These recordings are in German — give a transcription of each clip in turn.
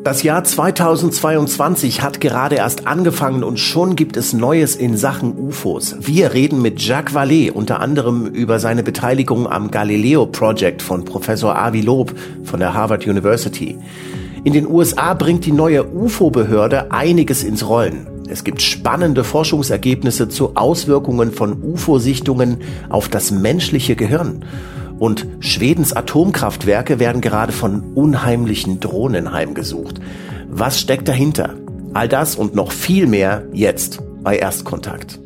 Das Jahr 2022 hat gerade erst angefangen und schon gibt es Neues in Sachen UFOs. Wir reden mit Jacques Vallée unter anderem über seine Beteiligung am Galileo Project von Professor Avi Loeb von der Harvard University. In den USA bringt die neue UFO-Behörde einiges ins Rollen. Es gibt spannende Forschungsergebnisse zu Auswirkungen von UFO-Sichtungen auf das menschliche Gehirn. Und Schwedens Atomkraftwerke werden gerade von unheimlichen Drohnen heimgesucht. Was steckt dahinter? All das und noch viel mehr jetzt bei Erstkontakt.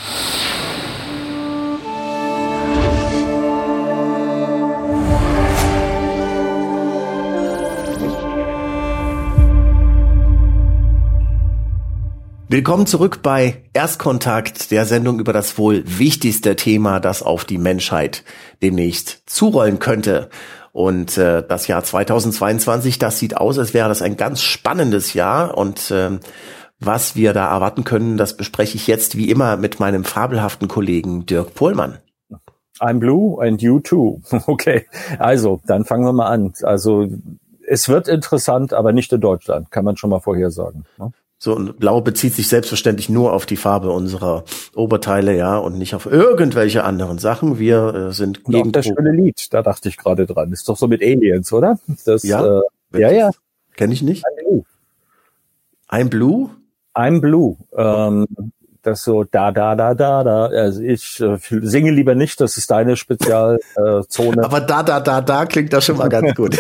Willkommen zurück bei Erstkontakt, der Sendung über das wohl wichtigste Thema, das auf die Menschheit demnächst zurollen könnte. Und das Jahr 2022, das sieht aus, als wäre das ein ganz spannendes Jahr. Und was wir da erwarten können, das bespreche ich jetzt wie immer mit meinem fabelhaften Kollegen Dirk Pohlmann. I'm blue and you too. Okay, also dann fangen wir mal an. Also es wird interessant, aber nicht in Deutschland, kann man schon mal vorhersagen, ne? So, und Blau bezieht sich selbstverständlich nur auf die Farbe unserer Oberteile, ja, und nicht auf irgendwelche anderen Sachen. Wir sind gegen auch das schöne Lied, da dachte ich gerade dran. Ist doch so mit Aliens, oder? Das, ja, ja. Kenn ich nicht. I'm Blue? I'm Blue. Das so da. Also ich singe lieber nicht, das ist deine Spezialzone. Aber da klingt das schon mal ganz gut.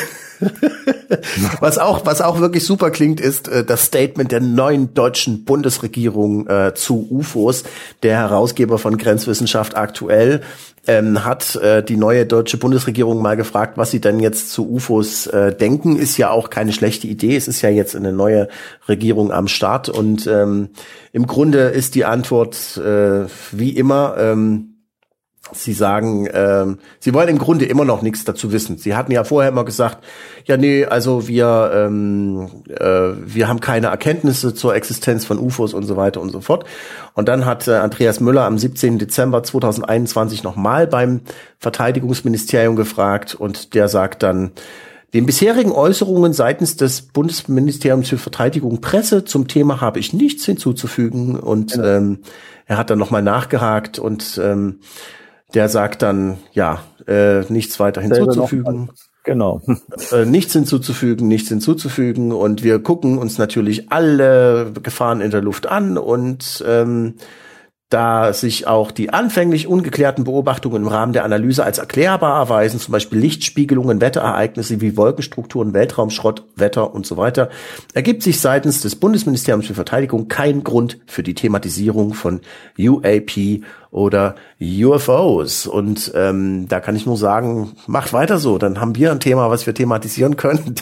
Was auch wirklich super klingt, ist das Statement der neuen deutschen Bundesregierung zu UFOs. Der Herausgeber von Grenzwissenschaft aktuell hat die neue deutsche Bundesregierung mal gefragt, was sie denn jetzt zu UFOs denken. Ist ja auch keine schlechte Idee. Es ist ja jetzt eine neue Regierung am Start und im Grunde ist die Antwort wie immer, Sie sagen, Sie wollen im Grunde immer noch nichts dazu wissen. Sie hatten ja vorher immer gesagt, ja nee, also wir haben keine Erkenntnisse zur Existenz von UFOs und so weiter und so fort. Und dann hat Andreas Müller am 17. Dezember 2021 nochmal beim Verteidigungsministerium gefragt und der sagt dann, den bisherigen Äußerungen seitens des Bundesministeriums für Verteidigung Presse zum Thema habe ich nichts hinzuzufügen. Und er hat dann nochmal nachgehakt und der sagt dann, ja, nichts weiter hinzuzufügen. Genau. Nichts hinzuzufügen. Und wir gucken uns natürlich alle Gefahren in der Luft an und da sich auch die anfänglich ungeklärten Beobachtungen im Rahmen der Analyse als erklärbar erweisen, zum Beispiel Lichtspiegelungen, Wetterereignisse wie Wolkenstrukturen, Weltraumschrott, Wetter und so weiter, ergibt sich seitens des Bundesministeriums für Verteidigung kein Grund für die Thematisierung von UAP oder UFOs. Und da kann ich nur sagen, macht weiter so, dann haben wir ein Thema, was wir thematisieren können,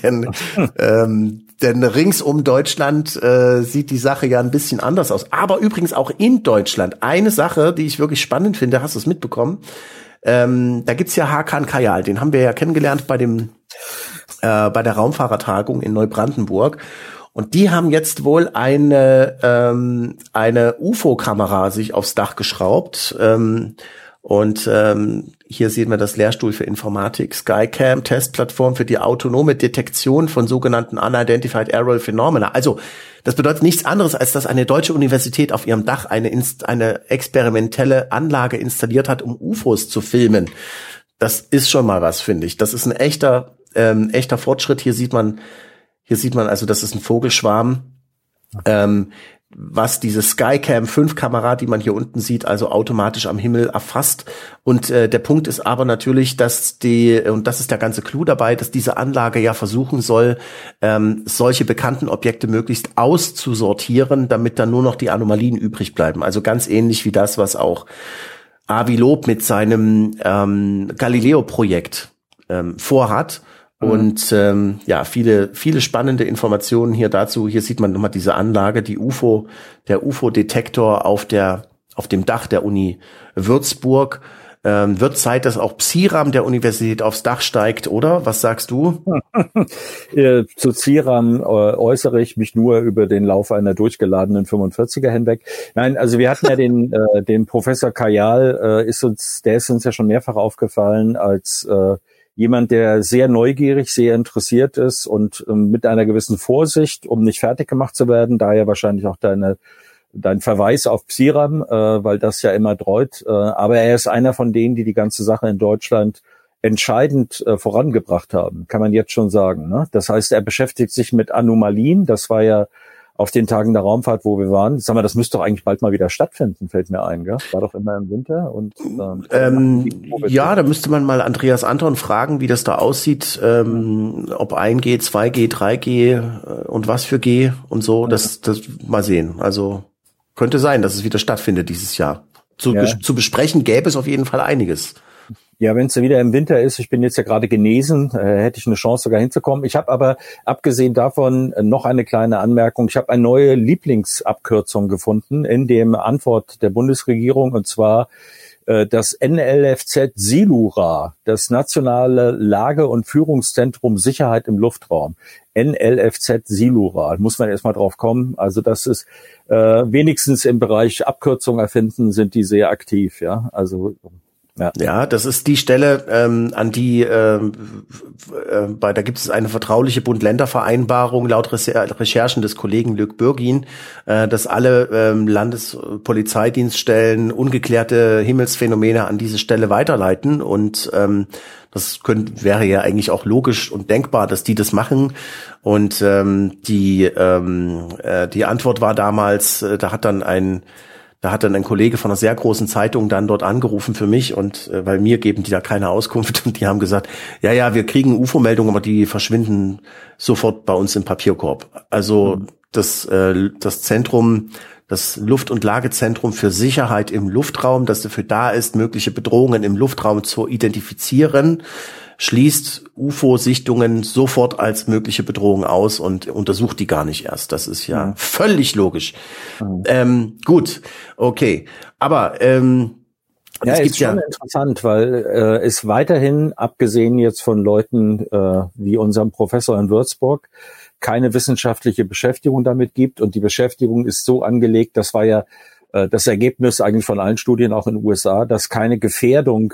denn rings um Deutschland sieht die Sache ja ein bisschen anders aus. Aber übrigens auch in Deutschland. Eine Sache, die ich wirklich spannend finde, hast du es mitbekommen? Da gibt's ja Hakan Kayal, den haben wir ja kennengelernt bei der Raumfahrertagung in Neubrandenburg. Und die haben jetzt wohl eine UFO-Kamera sich aufs Dach geschraubt. Hier sehen wir das Lehrstuhl für Informatik, Skycam, Testplattform für die autonome Detektion von sogenannten Unidentified Aerial Phenomena. Also, das bedeutet nichts anderes, als dass eine deutsche Universität auf ihrem Dach eine experimentelle Anlage installiert hat, um UFOs zu filmen. Das ist schon mal was, finde ich. Das ist ein echter Fortschritt. Hier sieht man also, das ist ein Vogelschwarm. Was diese Skycam 5 Kamera, die man hier unten sieht, also automatisch am Himmel erfasst. Und der Punkt ist aber natürlich, dass und das ist der ganze Clou dabei, dass diese Anlage ja versuchen soll, solche bekannten Objekte möglichst auszusortieren, damit dann nur noch die Anomalien übrig bleiben. Also ganz ähnlich wie das, was auch Avi Loeb mit seinem Galileo-Projekt vorhat. Und viele spannende Informationen hier dazu. Hier sieht man nochmal diese Anlage, der UFO-Detektor auf dem Dach der Uni Würzburg. Wird Zeit, dass auch CIRAM der Universität aufs Dach steigt, oder? Was sagst du? Zu CIRAM äußere ich mich nur über den Lauf einer durchgeladenen 45er hinweg. Nein, also wir hatten ja den Professor Kayal, der ist uns ja schon mehrfach aufgefallen als jemand, der sehr neugierig, sehr interessiert ist und mit einer gewissen Vorsicht, um nicht fertig gemacht zu werden, daher wahrscheinlich auch dein Verweis auf Psiram, weil das ja immer dreut. Aber er ist einer von denen, die ganze Sache in Deutschland entscheidend vorangebracht haben, kann man jetzt schon sagen. Ne? Das heißt, er beschäftigt sich mit Anomalien. Das war ja auf den Tagen der Raumfahrt, wo wir waren. Sag mal, das müsste doch eigentlich bald mal wieder stattfinden, fällt mir ein. Gell? War doch immer im Winter. Und ja, da müsste man mal Andreas Anton fragen, wie das da aussieht, ob 1G, 2G, 3G und was für G und so. Das mal sehen. Also könnte sein, dass es wieder stattfindet dieses Jahr. Zu besprechen gäbe es auf jeden Fall einiges. Ja, wenn es wieder im Winter ist, ich bin jetzt ja gerade genesen, hätte ich eine Chance sogar hinzukommen. Ich habe aber abgesehen davon noch eine kleine Anmerkung. Ich habe eine neue Lieblingsabkürzung gefunden in dem Antwort der Bundesregierung, und zwar das NLFZ SILURA, das Nationale Lage- und Führungszentrum Sicherheit im Luftraum. NLFZ SILURA, muss man erstmal drauf kommen. Also das ist wenigstens im Bereich Abkürzung erfinden, sind die sehr aktiv, ja. Also ja, das ist die Stelle, an die da gibt es eine vertrauliche Bund-Länder-Vereinbarung laut Recherchen des Kollegen Luc Bürgin, dass alle Landespolizeidienststellen ungeklärte Himmelsphänomene an diese Stelle weiterleiten, und das wäre ja eigentlich auch logisch und denkbar, dass die das machen. Und die Antwort war damals, da hat dann ein Kollege von einer sehr großen Zeitung dann dort angerufen für mich, und weil mir geben die da keine Auskunft, und die haben gesagt, ja, wir kriegen UFO-Meldungen, aber die verschwinden sofort bei uns im Papierkorb. Also das Zentrum, das Luft- und Lagezentrum für Sicherheit im Luftraum, das dafür da ist, mögliche Bedrohungen im Luftraum zu identifizieren, schließt UFO-Sichtungen sofort als mögliche Bedrohung aus und untersucht die gar nicht erst. Das ist ja völlig logisch. Gut, okay. Aber es ist schon interessant, weil es weiterhin, abgesehen jetzt von Leuten wie unserem Professor in Würzburg, keine wissenschaftliche Beschäftigung damit gibt. Und die Beschäftigung ist so angelegt, das war ja das Ergebnis eigentlich von allen Studien auch in den USA, dass keine Gefährdung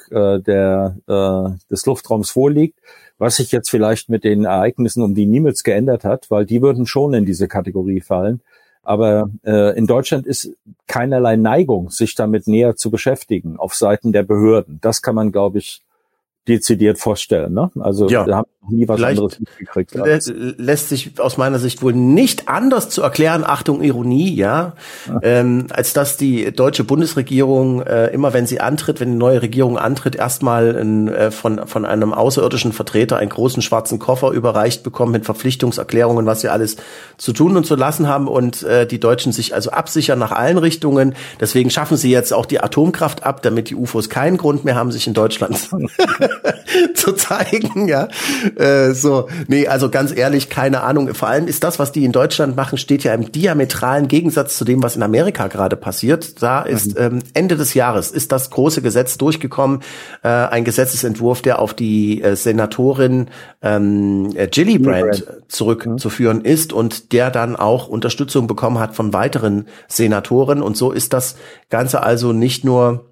des Luftraums vorliegt, was sich jetzt vielleicht mit den Ereignissen um die Nimitz geändert hat, weil die würden schon in diese Kategorie fallen. Aber in Deutschland ist keinerlei Neigung, sich damit näher zu beschäftigen auf Seiten der Behörden. Das kann man, glaube ich, dezidiert vorstellen. Ne? Also ja, da haben wir nie was anderes mitgekriegt. Lässt sich aus meiner Sicht wohl nicht anders zu erklären, Achtung, Ironie, ja. Als dass die deutsche Bundesregierung immer, wenn eine neue Regierung antritt, erstmal von einem außerirdischen Vertreter einen großen schwarzen Koffer überreicht bekommen mit Verpflichtungserklärungen, was sie alles zu tun und zu lassen haben, und die Deutschen sich also absichern nach allen Richtungen. Deswegen schaffen sie jetzt auch die Atomkraft ab, damit die UFOs keinen Grund mehr haben, sich in Deutschland zu zeigen, ja. Also ganz ehrlich, keine Ahnung. Vor allem ist das, was die in Deutschland machen, steht ja im diametralen Gegensatz zu dem, was in Amerika gerade passiert. Da ist Ende des Jahres ist das große Gesetz durchgekommen, ein Gesetzesentwurf, der auf die Senatorin Gillibrand zurückzuführen ist, und der dann auch Unterstützung bekommen hat von weiteren Senatoren. Und so ist das Ganze also nicht nur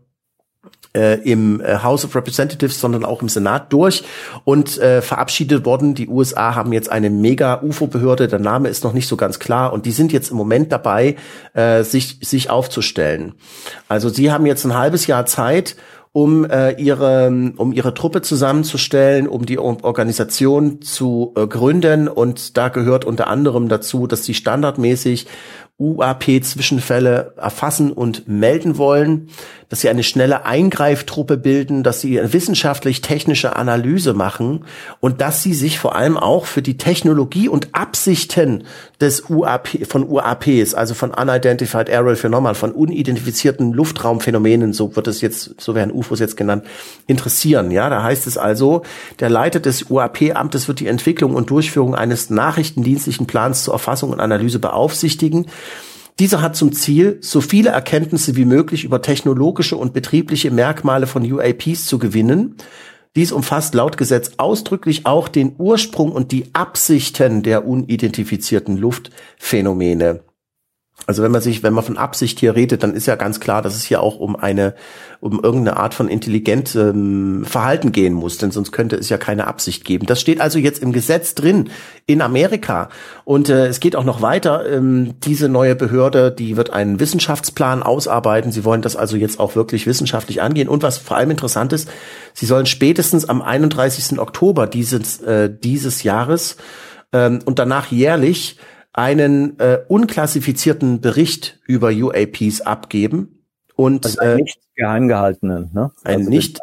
im House of Representatives, sondern auch im Senat durch und verabschiedet worden. Die USA haben jetzt eine Mega-UFO-Behörde, der Name ist noch nicht so ganz klar, und die sind jetzt im Moment dabei, sich aufzustellen. Also sie haben jetzt ein halbes Jahr Zeit, um ihre Truppe zusammenzustellen, um die Organisation zu gründen, und da gehört unter anderem dazu, dass sie standardmäßig UAP-Zwischenfälle erfassen und melden wollen, dass sie eine schnelle Eingreiftruppe bilden, dass sie eine wissenschaftlich-technische Analyse machen und dass sie sich vor allem auch für die Technologie und Absichten von UAPs, also von Unidentified Aerial Phenomena, von unidentifizierten Luftraumphänomenen, so werden UFOs jetzt genannt, interessieren. Ja, da heißt es also, der Leiter des UAP-Amtes wird die Entwicklung und Durchführung eines nachrichtendienstlichen Plans zur Erfassung und Analyse beaufsichtigen. Dieser hat zum Ziel, so viele Erkenntnisse wie möglich über technologische und betriebliche Merkmale von UAPs zu gewinnen. Dies umfasst laut Gesetz ausdrücklich auch den Ursprung und die Absichten der unidentifizierten Luftphänomene. Also wenn man von Absicht hier redet, dann ist ja ganz klar, dass es hier auch um irgendeine Art von intelligentem Verhalten gehen muss, denn sonst könnte es ja keine Absicht geben. Das steht also jetzt im Gesetz drin in Amerika und es geht auch noch weiter. Diese neue Behörde, die wird einen Wissenschaftsplan ausarbeiten. Sie wollen das also jetzt auch wirklich wissenschaftlich angehen und was vor allem interessant ist, sie sollen spätestens am 31. Oktober dieses Jahres und danach jährlich einen unklassifizierten Bericht über UAPs abgeben und also einen nicht geheim gehaltenen, ne? Ein nicht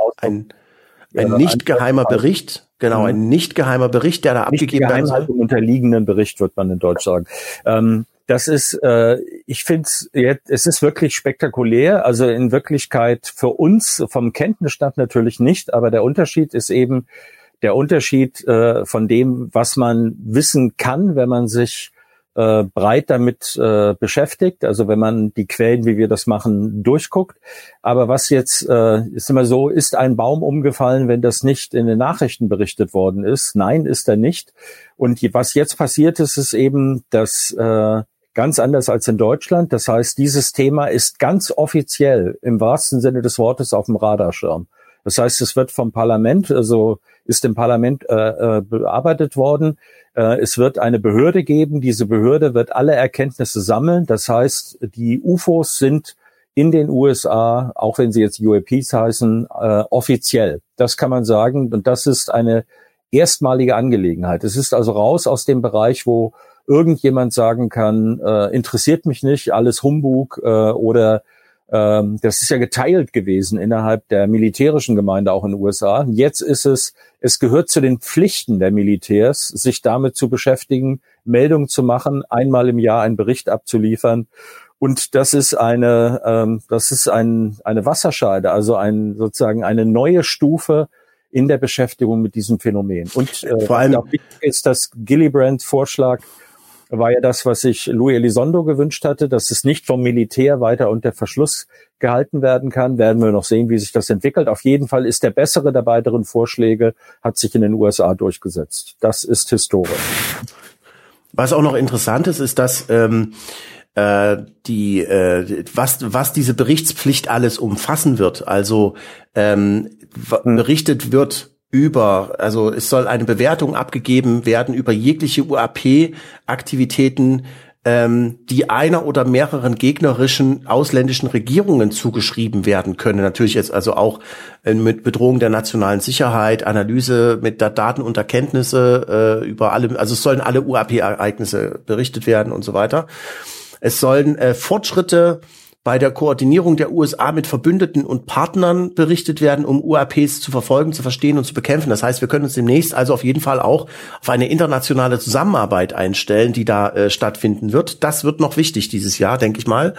geheimer Bericht, genau, ein nicht geheimer Bericht, der da abgegeben werden soll. Geheimhaltung unterliegenden Bericht, wird man in Deutsch sagen. Das ist, ich finde es ist wirklich spektakulär. Also in Wirklichkeit für uns vom Kenntnisstand natürlich nicht, aber der Unterschied ist eben der Unterschied von dem, was man wissen kann, wenn man sich breit damit beschäftigt, also wenn man die Quellen, wie wir das machen, durchguckt. Aber was jetzt, ist immer so, ist ein Baum umgefallen, wenn das nicht in den Nachrichten berichtet worden ist? Nein, ist er nicht. Und was jetzt passiert ist, ist eben, dass ganz anders als in Deutschland. Das heißt, dieses Thema ist ganz offiziell im wahrsten Sinne des Wortes auf dem Radarschirm. Das heißt, es wird vom Parlament, also ist im Parlament bearbeitet worden. Es wird eine Behörde geben. Diese Behörde wird alle Erkenntnisse sammeln. Das heißt, die UFOs sind in den USA, auch wenn sie jetzt UAPs heißen, offiziell. Das kann man sagen. Und das ist eine erstmalige Angelegenheit. Es ist also raus aus dem Bereich, wo irgendjemand sagen kann, interessiert mich nicht, alles Humbug oder das ist ja geteilt gewesen innerhalb der militärischen Gemeinde auch in den USA. Jetzt ist es gehört zu den Pflichten der Militärs, sich damit zu beschäftigen, Meldungen zu machen, einmal im Jahr einen Bericht abzuliefern. Und das ist eine Wasserscheide, also sozusagen eine neue Stufe in der Beschäftigung mit diesem Phänomen. Und vor allem auch wichtig ist, dass Gillibrands Vorschlag war ja das, was sich Louis Elizondo gewünscht hatte, dass es nicht vom Militär weiter unter Verschluss gehalten werden kann. Werden wir noch sehen, wie sich das entwickelt. Auf jeden Fall ist der bessere der beiden Vorschläge, hat sich in den USA durchgesetzt. Das ist historisch. Was auch noch interessant ist, dass was diese Berichtspflicht alles umfassen wird. Also berichtet wird also es soll eine Bewertung abgegeben werden über jegliche UAP-Aktivitäten, die einer oder mehreren gegnerischen ausländischen Regierungen zugeschrieben werden können. Natürlich jetzt also auch mit Bedrohung der nationalen Sicherheit, Analyse mit Daten und Erkenntnisse über alle, also es sollen alle UAP-Ereignisse berichtet werden und so weiter. Es sollen Fortschritte bei der Koordinierung der USA mit Verbündeten und Partnern berichtet werden, um UAPs zu verfolgen, zu verstehen und zu bekämpfen. Das heißt, wir können uns demnächst also auf jeden Fall auch auf eine internationale Zusammenarbeit einstellen, die da stattfinden wird. Das wird noch wichtig dieses Jahr, denke ich mal.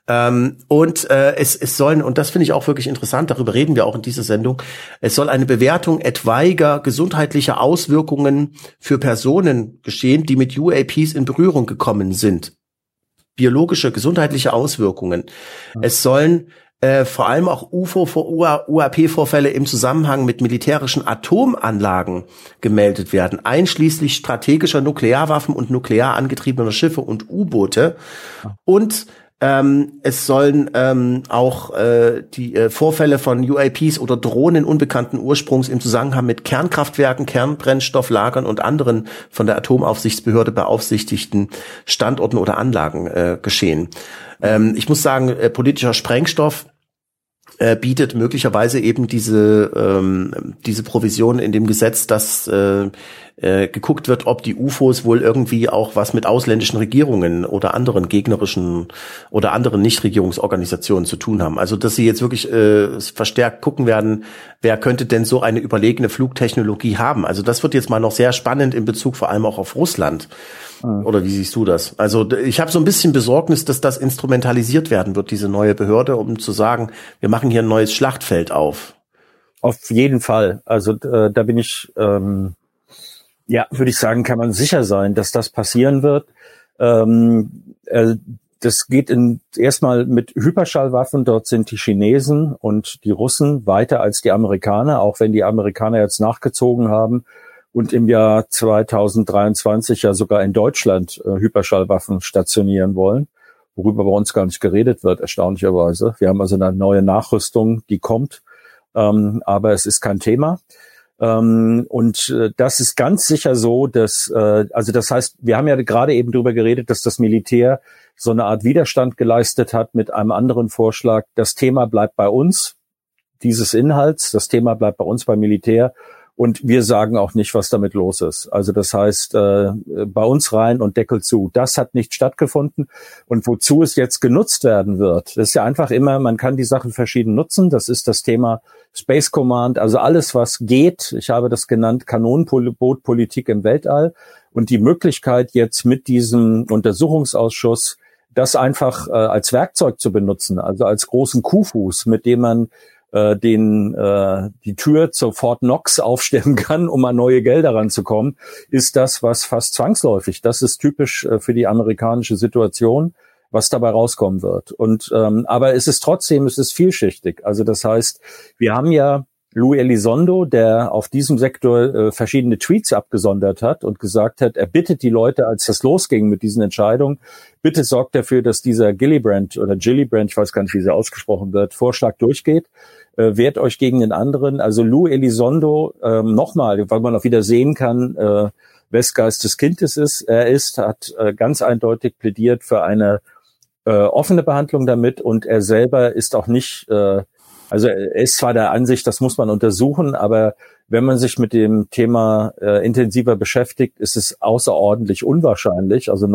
Es sollen, und das finde ich auch wirklich interessant, darüber reden wir auch in dieser Sendung, es soll eine Bewertung etwaiger gesundheitlicher Auswirkungen für Personen geschehen, die mit UAPs in Berührung gekommen sind. Biologische, gesundheitliche Auswirkungen. Ja. Es sollen vor allem auch UAP-Vorfälle im Zusammenhang mit militärischen Atomanlagen gemeldet werden, einschließlich strategischer Nuklearwaffen und nuklear angetriebener Schiffe und U-Boote. Ja. Und es sollen auch die Vorfälle von UAPs oder Drohnen unbekannten Ursprungs im Zusammenhang mit Kernkraftwerken, Kernbrennstofflagern und anderen von der Atomaufsichtsbehörde beaufsichtigten Standorten oder Anlagen geschehen. Ich muss sagen, politischer Sprengstoff bietet möglicherweise eben diese Provision in dem Gesetz, dass geguckt wird, ob die UFOs wohl irgendwie auch was mit ausländischen Regierungen oder anderen gegnerischen oder anderen Nichtregierungsorganisationen zu tun haben. Also, dass sie jetzt wirklich verstärkt gucken werden, wer könnte denn so eine überlegene Flugtechnologie haben. Also, das wird jetzt mal noch sehr spannend in Bezug vor allem auch auf Russland. Oder wie siehst du das? Also, ich habe so ein bisschen Besorgnis, dass das instrumentalisiert werden wird, diese neue Behörde, um zu sagen, wir machen hier ein neues Schlachtfeld auf. Auf jeden Fall. Also, da bin ich würde ich sagen, kann man sicher sein, dass das passieren wird. Das geht erstmal mit Hyperschallwaffen. Dort sind die Chinesen und die Russen weiter als die Amerikaner, auch wenn die Amerikaner jetzt nachgezogen haben und im Jahr 2023 ja sogar in Deutschland Hyperschallwaffen stationieren wollen. worüber bei uns gar nicht geredet wird, erstaunlicherweise. Wir haben also eine neue Nachrüstung, die kommt, aber es ist kein Thema. Und das ist ganz sicher so, dass, also das heißt, wir haben ja gerade eben darüber geredet, dass das Militär so eine Art Widerstand geleistet hat mit einem anderen Vorschlag. Das Thema bleibt bei uns, dieses Inhalts, das Thema bleibt bei uns beim Militär. Und wir sagen auch nicht, was damit los ist. Also das heißt, bei uns rein und Deckel zu. Das hat nicht stattgefunden. Und wozu es jetzt genutzt werden wird, das ist ja einfach immer, man kann die Sachen verschieden nutzen. Das ist das Thema Space Command, also alles, was geht. Ich habe das genannt, Kanonenbootpolitik im Weltall. Und die Möglichkeit jetzt mit diesem Untersuchungsausschuss, das einfach als Werkzeug zu benutzen, also als großen Kuhfuß, mit dem man die Tür zur Fort Knox aufstellen kann, um an neue Gelder ranzukommen, ist das, was fast zwangsläufig, das ist typisch für die amerikanische Situation, was dabei rauskommen wird. Und aber es ist vielschichtig. Also das heißt, wir haben ja Lou Elizondo, der auf diesem Sektor verschiedene Tweets abgesondert hat und gesagt hat, er bittet die Leute, als das losging mit diesen Entscheidungen, bitte sorgt dafür, dass dieser Gillibrand, ich weiß gar nicht, wie sie ausgesprochen wird, Vorschlag durchgeht. Wehrt euch gegen den anderen. Also Lou Elizondo, nochmal, weil man auch wieder sehen kann, wes Geistes Kind hat ganz eindeutig plädiert für eine offene Behandlung damit, und er selber ist auch nicht, also er ist zwar der Ansicht, das muss man untersuchen, aber wenn man sich mit dem Thema intensiver beschäftigt, ist es außerordentlich unwahrscheinlich, also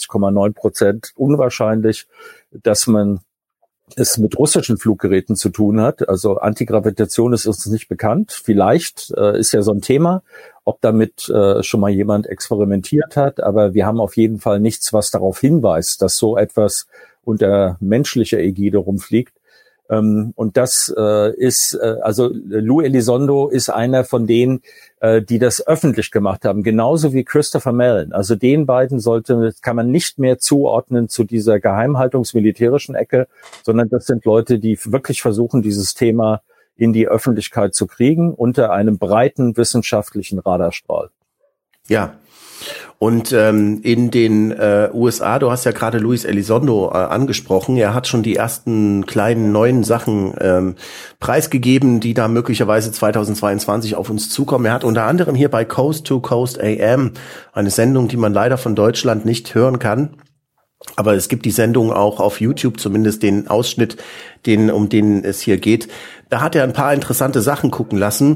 99,9% unwahrscheinlich, dass man es mit russischen Fluggeräten zu tun hat. Also Antigravitation ist uns nicht bekannt. Vielleicht ist ja so ein Thema, ob damit schon mal jemand experimentiert hat, aber wir haben auf jeden Fall nichts, was darauf hinweist, dass so etwas unter menschlicher Ägide rumfliegt. Und das ist, also Lou Elizondo ist einer von denen, die das öffentlich gemacht haben, genauso wie Christopher Mellon. Also den beiden kann man nicht mehr zuordnen zu dieser geheimhaltungsmilitärischen Ecke, sondern das sind Leute, die wirklich versuchen, dieses Thema in die Öffentlichkeit zu kriegen, unter einem breiten wissenschaftlichen Radarstrahl. Ja. Und in den USA, du hast ja gerade Luis Elizondo angesprochen, er hat schon die ersten kleinen neuen Sachen preisgegeben, die da möglicherweise 2022 auf uns zukommen. Er hat unter anderem hier bei Coast to Coast AM, eine Sendung, die man leider von Deutschland nicht hören kann, aber es gibt die Sendung auch auf YouTube, zumindest den Ausschnitt, um den es hier geht. Da hat er ein paar interessante Sachen gucken lassen.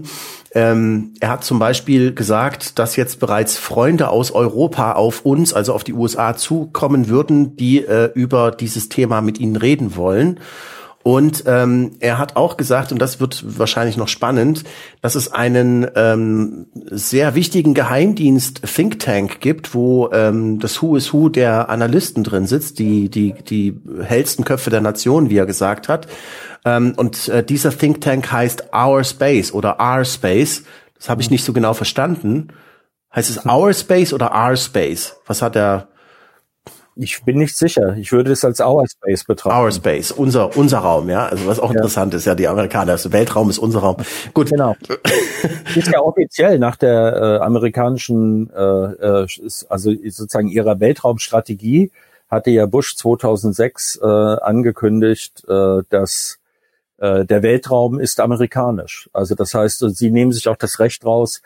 Er hat zum Beispiel gesagt, dass jetzt bereits Freunde aus Europa auf uns, also auf die USA, zukommen würden, die über dieses Thema mit ihnen reden wollen. Und er hat auch gesagt, und das wird wahrscheinlich noch spannend, dass es einen sehr wichtigen Geheimdienst-Think Tank gibt, wo das Who is Who der Analysten drin sitzt, die hellsten Köpfe der Nation, wie er gesagt hat. Und dieser Think Tank heißt Our Space oder R Space. Das habe ich nicht so genau verstanden. Heißt es Our Space oder R Space? Was hat er? Ich bin nicht sicher. Ich würde es als Our Space betrachten. Our Space, unser Raum, ja. Also was auch interessant ist, ja, die Amerikaner, also Weltraum ist unser Raum. Gut. Genau. Ist ja offiziell nach der amerikanischen, also sozusagen ihrer Weltraumstrategie, hatte ja Bush 2006 angekündigt, dass der Weltraum ist amerikanisch. Also das heißt, sie nehmen sich auch das Recht raus,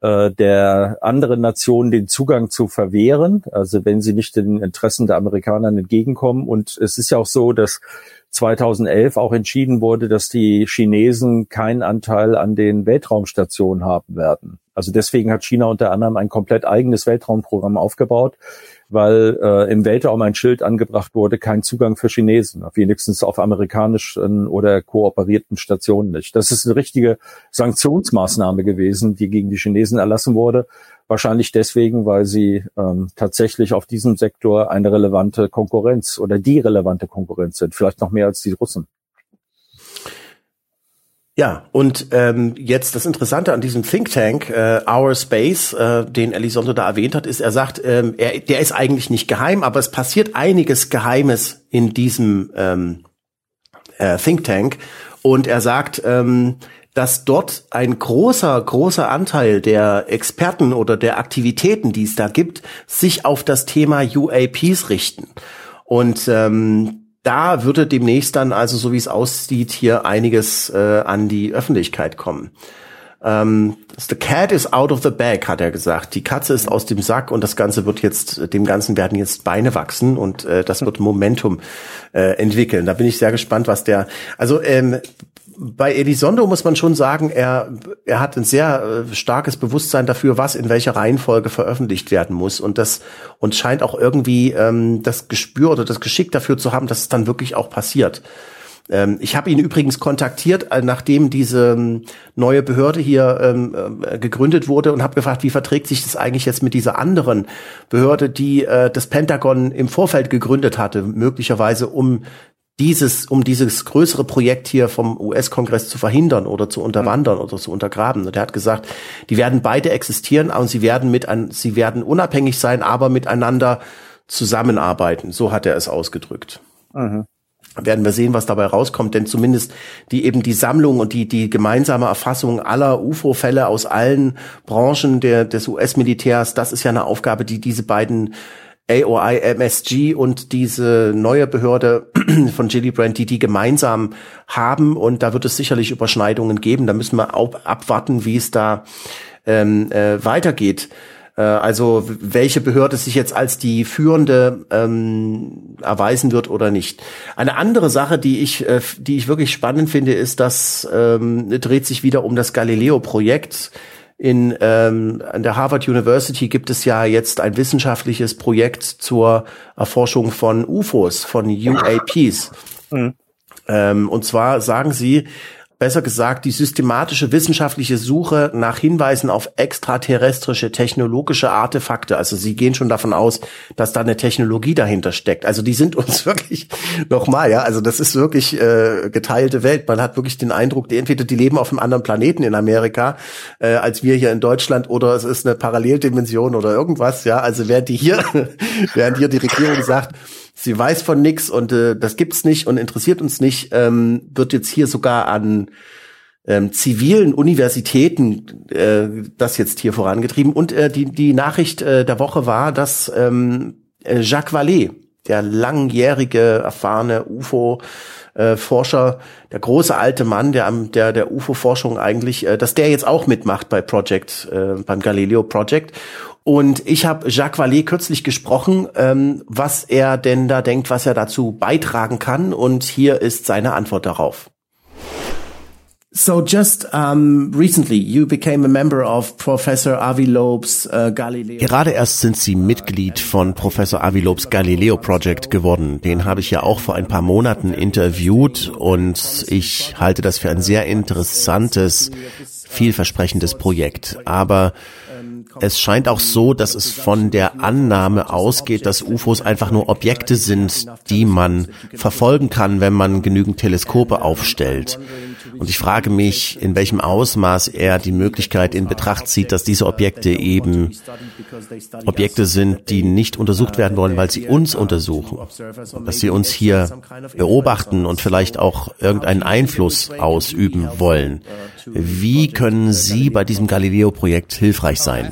der anderen Nationen den Zugang zu verwehren, also wenn sie nicht den Interessen der Amerikaner entgegenkommen. Und es ist ja auch so, dass 2011 auch entschieden wurde, dass die Chinesen keinen Anteil an den Weltraumstationen haben werden. Also deswegen hat China unter anderem ein komplett eigenes Weltraumprogramm aufgebaut, weil im Weltraum ein Schild angebracht wurde, kein Zugang für Chinesen, wenigstens auf amerikanischen oder kooperierten Stationen nicht. Das ist eine richtige Sanktionsmaßnahme gewesen, die gegen die Chinesen erlassen wurde. Wahrscheinlich deswegen, weil sie tatsächlich auf diesem Sektor eine relevante Konkurrenz oder die relevante Konkurrenz sind, vielleicht noch mehr als die Russen. Ja, und jetzt das Interessante an diesem Think Tank, Our Space, den Elizondo da erwähnt hat, ist, er sagt, der ist eigentlich nicht geheim, aber es passiert einiges Geheimes in diesem Think Tank. Und er sagt, dass dort ein großer Anteil der Experten oder der Aktivitäten, die es da gibt, sich auf das Thema UAPs richten. Und da würde demnächst dann, also so wie es aussieht, hier einiges an die Öffentlichkeit kommen. The cat is out of the bag, hat er gesagt. Die Katze ist aus dem Sack und das Ganze wird jetzt, dem Ganzen werden jetzt Beine wachsen und das wird Momentum entwickeln. Da bin ich sehr gespannt, was bei Elizondo muss man schon sagen, er hat ein sehr starkes Bewusstsein dafür, was in welcher Reihenfolge veröffentlicht werden muss und scheint auch irgendwie das Gespür oder das Geschick dafür zu haben, dass es dann wirklich auch passiert. Ich habe ihn übrigens kontaktiert, nachdem diese neue Behörde hier gegründet wurde und habe gefragt, wie verträgt sich das eigentlich jetzt mit dieser anderen Behörde, die das Pentagon im Vorfeld gegründet hatte, möglicherweise um dieses größere Projekt hier vom US-Kongress zu verhindern oder zu unterwandern oder zu untergraben. Und er hat gesagt, die werden beide existieren und sie werden unabhängig sein, aber miteinander zusammenarbeiten. So hat er es ausgedrückt. Mhm. Werden wir sehen, was dabei rauskommt, denn zumindest die Sammlung und die gemeinsame Erfassung aller UFO-Fälle aus allen Branchen des US-Militärs, das ist ja eine Aufgabe, die diese beiden AOI, MSG und diese neue Behörde von Gillibrand, die gemeinsam haben, und da wird es sicherlich Überschneidungen geben. Da müssen wir auch abwarten, wie es da weitergeht. Also welche Behörde sich jetzt als die führende erweisen wird oder nicht. Eine andere Sache, die ich wirklich spannend finde, ist, dass dreht sich wieder um das Galileo-Projekt. An der Harvard University gibt es ja jetzt ein wissenschaftliches Projekt zur Erforschung von UFOs, von UAPs. Mhm. Und zwar sagen sie, besser gesagt, die systematische wissenschaftliche Suche nach Hinweisen auf extraterrestrische technologische Artefakte. Also sie gehen schon davon aus, dass da eine Technologie dahinter steckt. Also die sind uns wirklich nochmal, ja, also das ist wirklich geteilte Welt. Man hat wirklich den Eindruck, entweder die leben auf einem anderen Planeten in Amerika als wir hier in Deutschland, oder es ist eine Paralleldimension oder irgendwas, ja. Also während hier die Regierung sagt, sie weiß von nix und das gibt's nicht und interessiert uns nicht, wird jetzt hier sogar an zivilen Universitäten das jetzt hier vorangetrieben. Und die Nachricht der Woche war, dass Jacques Vallée, der langjährige, erfahrene UFO-Forscher, der große alte Mann, der UFO-Forschung eigentlich, dass der jetzt auch mitmacht beim Galileo Project. Und ich habe Jacques Vallée kürzlich gesprochen, was er denn da denkt, was er dazu beitragen kann. Und hier ist seine Antwort darauf. So just recently you became a member of Professor Avi Loeb's Galileo. Gerade erst sind Sie Mitglied von Professor Avi Loeb's Galileo Project geworden. Den habe ich ja auch vor ein paar Monaten interviewt und ich halte das für ein sehr interessantes, vielversprechendes Projekt. Aber es scheint auch so, dass es von der Annahme ausgeht, dass UFOs einfach nur Objekte sind, die man verfolgen kann, wenn man genügend Teleskope aufstellt. Und ich frage mich, in welchem Ausmaß er die Möglichkeit in Betracht zieht, dass diese Objekte eben Objekte sind, die nicht untersucht werden wollen, weil sie uns untersuchen. Dass sie uns hier beobachten und vielleicht auch irgendeinen Einfluss ausüben wollen. Wie können Sie bei diesem Galileo-Projekt hilfreich sein?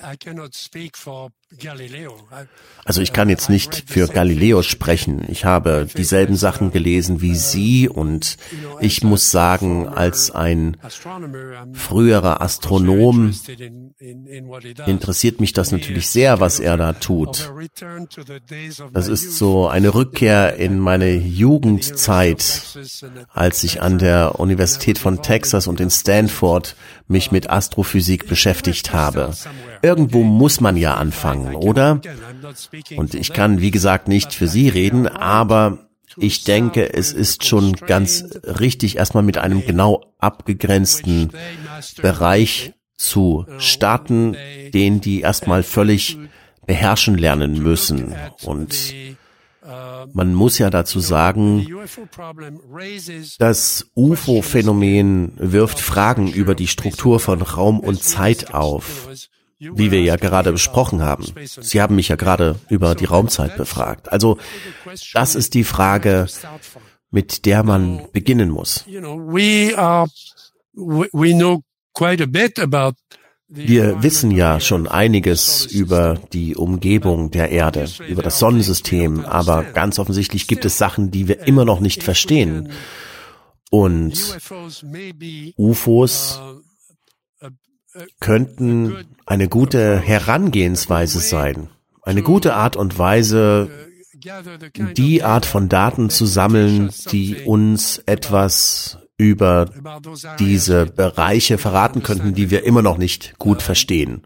Also ich kann jetzt nicht für Galileo sprechen. Ich habe dieselben Sachen gelesen wie Sie und ich muss sagen, als ein früherer Astronom interessiert mich das natürlich sehr, was er da tut. Das ist so eine Rückkehr in meine Jugendzeit, als ich an der Universität von Texas und in Stanford mich mit Astrophysik beschäftigt habe. Irgendwo muss man ja anfangen, oder? Und ich kann, wie gesagt, nicht für Sie reden, aber ich denke, es ist schon ganz richtig, erstmal mit einem genau abgegrenzten Bereich zu starten, den die erstmal völlig beherrschen lernen müssen. Und man muss ja dazu sagen, das UFO-Phänomen wirft Fragen über die Struktur von Raum und Zeit auf, wie wir ja gerade besprochen haben. Sie haben mich ja gerade über die Raumzeit befragt. Also das ist die Frage, mit der man beginnen muss. We know quite a bit about Wir wissen ja schon einiges über die Umgebung der Erde, über das Sonnensystem, aber ganz offensichtlich gibt es Sachen, die wir immer noch nicht verstehen. Und UFOs könnten eine gute Herangehensweise sein, eine gute Art und Weise, die Art von Daten zu sammeln, die uns etwas über diese Bereiche verraten könnten, die wir immer noch nicht gut verstehen.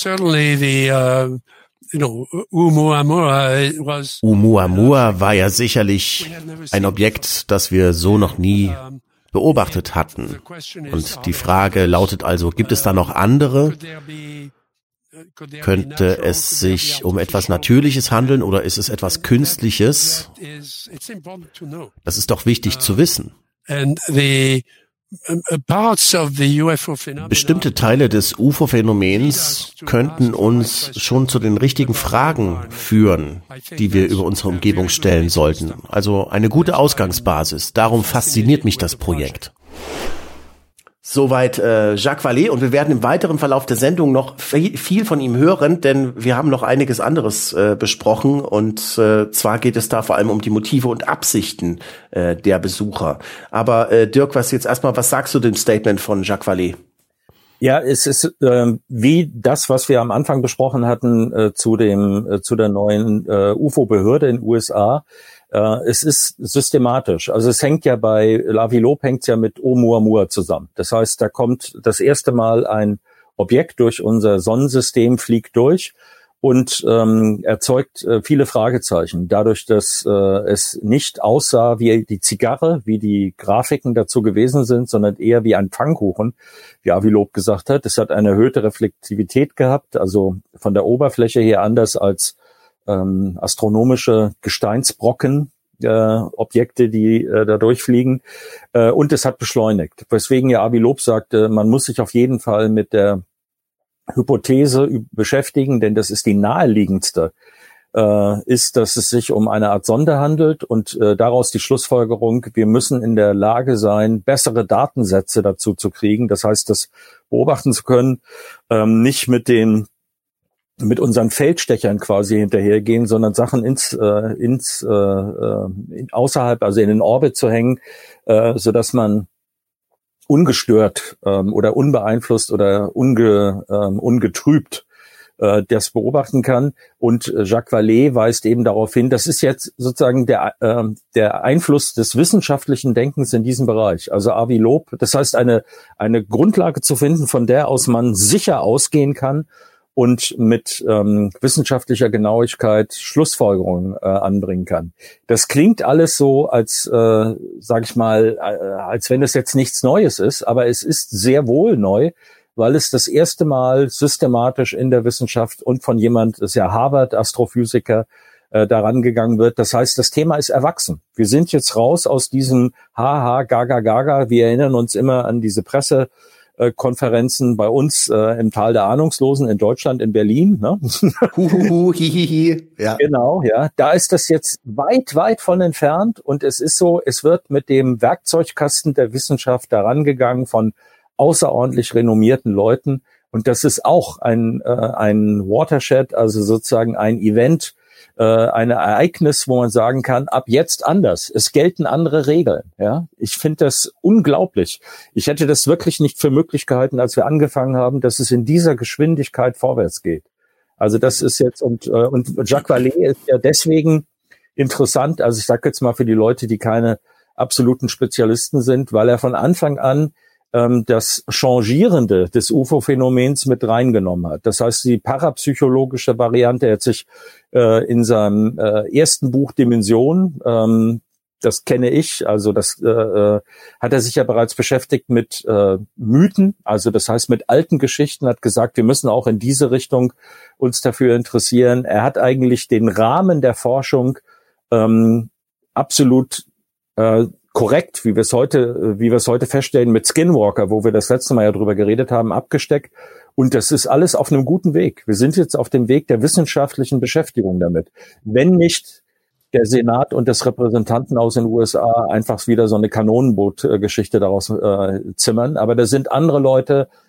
Oumuamua war ja sicherlich ein Objekt, das wir so noch nie beobachtet hatten. Und die Frage lautet also, gibt es da noch andere? Könnte es sich um etwas Natürliches handeln oder ist es etwas Künstliches? Das ist doch wichtig zu wissen. Bestimmte Teile des UFO-Phänomens könnten uns schon zu den richtigen Fragen führen, die wir über unsere Umgebung stellen sollten. Also eine gute Ausgangsbasis. Darum fasziniert mich das Projekt. Soweit Jacques Vallée, und wir werden im weiteren Verlauf der Sendung noch viel von ihm hören, denn wir haben noch einiges anderes besprochen, und zwar geht es da vor allem um die Motive und Absichten der Besucher. Aber Dirk, was sagst du dem Statement von Jacques Vallée? Ja, es ist wie das, was wir am Anfang besprochen hatten zu der neuen UFO-Behörde in den USA. Es ist systematisch. Also es hängt ja bei Lavi Loeb hängt ja mit Oumuamua zusammen. Das heißt, da kommt das erste Mal ein Objekt durch unser Sonnensystem, fliegt durch und erzeugt viele Fragezeichen. Dadurch, dass es nicht aussah wie die Zigarre, wie die Grafiken dazu gewesen sind, sondern eher wie ein Pfannkuchen, wie Avi Loeb gesagt hat. Es hat eine erhöhte Reflektivität gehabt, also von der Oberfläche her anders als astronomische Gesteinsbrocken, Objekte, die da durchfliegen, und es hat beschleunigt. Weswegen ja Avi Loeb sagte, man muss sich auf jeden Fall mit der Hypothese beschäftigen, denn das ist die naheliegendste, ist, dass es sich um eine Art Sonde handelt und daraus die Schlussfolgerung, wir müssen in der Lage sein, bessere Datensätze dazu zu kriegen. Das heißt, das beobachten zu können, nicht mit unseren Feldstechern quasi hinterhergehen, sondern Sachen außerhalb, also in den Orbit zu hängen, so dass man ungestört oder unbeeinflusst oder ungetrübt das beobachten kann. Und Jacques Vallée weist eben darauf hin, das ist jetzt sozusagen der Einfluss des wissenschaftlichen Denkens in diesem Bereich. Also Avi Loeb, das heißt eine Grundlage zu finden, von der aus man sicher ausgehen kann und mit wissenschaftlicher Genauigkeit Schlussfolgerungen anbringen kann. Das klingt alles so, als sage ich mal, als wenn es jetzt nichts Neues ist, aber es ist sehr wohl neu, weil es das erste Mal systematisch in der Wissenschaft und von jemand, das ist ja Harvard, Astrophysiker, daran gegangen wird. Das heißt, das Thema ist erwachsen. Wir sind jetzt raus aus diesem Haha, Gaga, Gaga. Wir erinnern uns immer an diese Pressekonferenzen bei uns im Tal der Ahnungslosen in Deutschland, in Berlin. Ne? Hihihi. Ja. Genau, ja. Da ist das jetzt weit, weit von entfernt. Und es ist so, es wird mit dem Werkzeugkasten der Wissenschaft daran gegangen von außerordentlich renommierten Leuten. Und das ist auch ein Watershed, also sozusagen ein Event, ein Ereignis, wo man sagen kann, ab jetzt anders. Es gelten andere Regeln. Ja, ich finde das unglaublich. Ich hätte das wirklich nicht für möglich gehalten, als wir angefangen haben, dass es in dieser Geschwindigkeit vorwärts geht. Also das ist jetzt, und Jacques Vallée ist ja deswegen interessant, also ich sage jetzt mal für die Leute, die keine absoluten Spezialisten sind, weil er von Anfang an das Changierende des UFO-Phänomens mit reingenommen hat. Das heißt, die parapsychologische Variante, er hat sich in seinem ersten Buch Dimension, das kenne ich, also das hat er sich ja bereits beschäftigt mit Mythen, also das heißt mit alten Geschichten, hat gesagt, wir müssen auch in diese Richtung uns dafür interessieren. Er hat eigentlich den Rahmen der Forschung absolut korrekt, wie wir es heute feststellen, mit Skinwalker, wo wir das letzte Mal ja drüber geredet haben, abgesteckt. Und das ist alles auf einem guten Weg. Wir sind jetzt auf dem Weg der wissenschaftlichen Beschäftigung damit. Wenn nicht der Senat und das Repräsentantenhaus in den USA einfach wieder so eine Kanonenboot-Geschichte daraus zimmern. Aber da sind andere Leute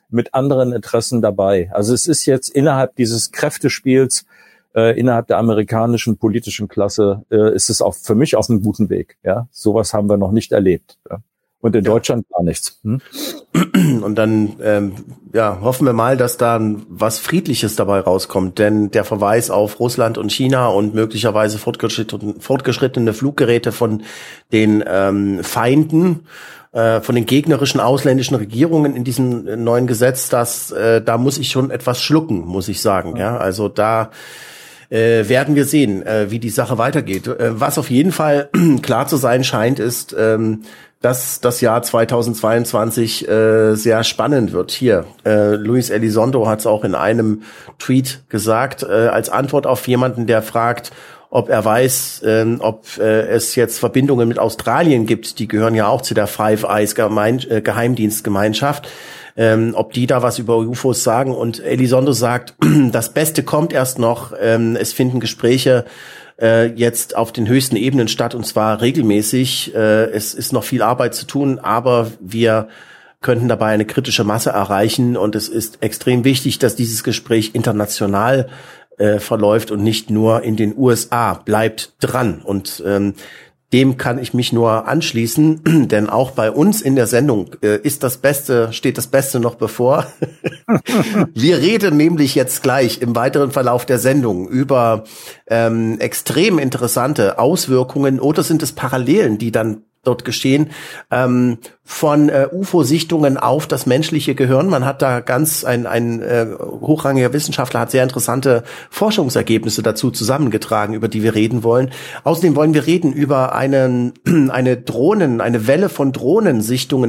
mit anderen Interessen dabei. Also es ist jetzt innerhalb dieses Kräftespiels, innerhalb der amerikanischen politischen Klasse, ist es auch für mich auf einem guten Weg. Ja, sowas haben wir noch nicht erlebt. Ja. Und in Deutschland gar nichts. Und dann hoffen wir mal, dass da was Friedliches dabei rauskommt. Denn der Verweis auf Russland und China und möglicherweise fortgeschrittene Fluggeräte von den Feinden, von den gegnerischen ausländischen Regierungen in diesem neuen Gesetz, da muss ich schon etwas schlucken, muss ich sagen. Ja, also da werden wir sehen, wie die Sache weitergeht. Was auf jeden Fall klar zu sein scheint, ist, dass das Jahr 2022 sehr spannend wird. Hier, Luis Elizondo hat es auch in einem Tweet gesagt, als Antwort auf jemanden, der fragt, ob er weiß, ob es jetzt Verbindungen mit Australien gibt. Die gehören ja auch zu der Five Eyes Geheimdienstgemeinschaft. Ob die da was über UFOs sagen. Und Elizondo sagt, das Beste kommt erst noch. Es finden Gespräche jetzt auf den höchsten Ebenen statt, und zwar regelmäßig. Es ist noch viel Arbeit zu tun, aber wir könnten dabei eine kritische Masse erreichen. Und es ist extrem wichtig, dass dieses Gespräch international verläuft und nicht nur in den USA. Bleibt dran. Und dem kann ich mich nur anschließen, denn auch bei uns in der Sendung steht das Beste noch bevor. Wir reden nämlich jetzt gleich im weiteren Verlauf der Sendung über extrem interessante Auswirkungen, oder sind es Parallelen, die dann dort geschehen, von UFO-Sichtungen auf das menschliche Gehirn. Man hat da ein hochrangiger Wissenschaftler hat sehr interessante Forschungsergebnisse dazu zusammengetragen, über die wir reden wollen. Außerdem wollen wir reden über eine Welle von Drohnensichtungen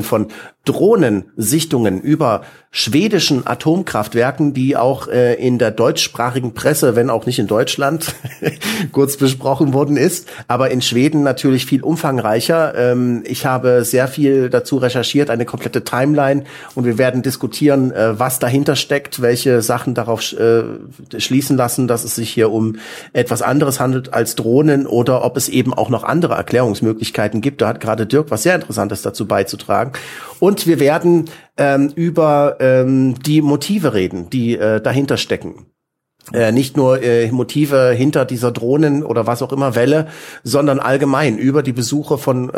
über schwedischen Atomkraftwerken, die auch in der deutschsprachigen Presse, wenn auch nicht in Deutschland, kurz besprochen worden ist, aber in Schweden natürlich viel umfangreicher. Ich habe sehr viel dazu recherchiert, eine komplette Timeline, und wir werden diskutieren, was dahinter steckt, welche Sachen darauf schließen lassen, dass es sich hier um etwas anderes handelt als Drohnen, oder ob es eben auch noch andere Erklärungsmöglichkeiten gibt. Da hat gerade Dirk was sehr Interessantes dazu beizutragen. Und wir werden über die Motive reden, die dahinter stecken. Nicht nur Motive hinter dieser Drohnen oder was auch immer Welle, sondern allgemein über die Besuche von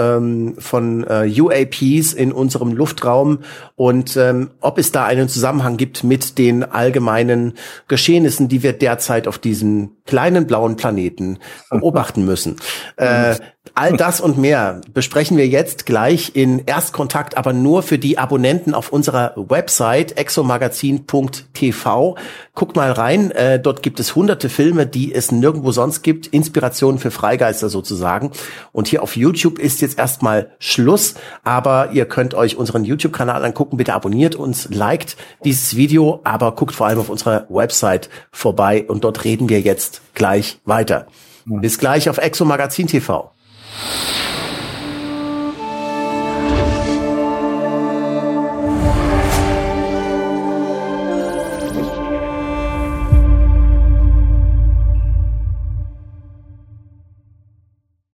UAPs in unserem Luftraum und ob es da einen Zusammenhang gibt mit den allgemeinen Geschehnissen, die wir derzeit auf diesem kleinen blauen Planeten beobachten müssen. All das und mehr besprechen wir jetzt gleich in Erstkontakt, aber nur für die Abonnenten auf unserer Website exomagazin.tv. Guckt mal rein, dort gibt es hunderte Filme, die es nirgendwo sonst gibt, Inspirationen für Freigeister sozusagen. Und hier auf YouTube ist jetzt erstmal Schluss, aber ihr könnt euch unseren YouTube-Kanal angucken. Bitte abonniert uns, liked dieses Video, aber guckt vor allem auf unserer Website vorbei, und dort reden wir jetzt gleich weiter. Bis gleich auf Exomagazin TV.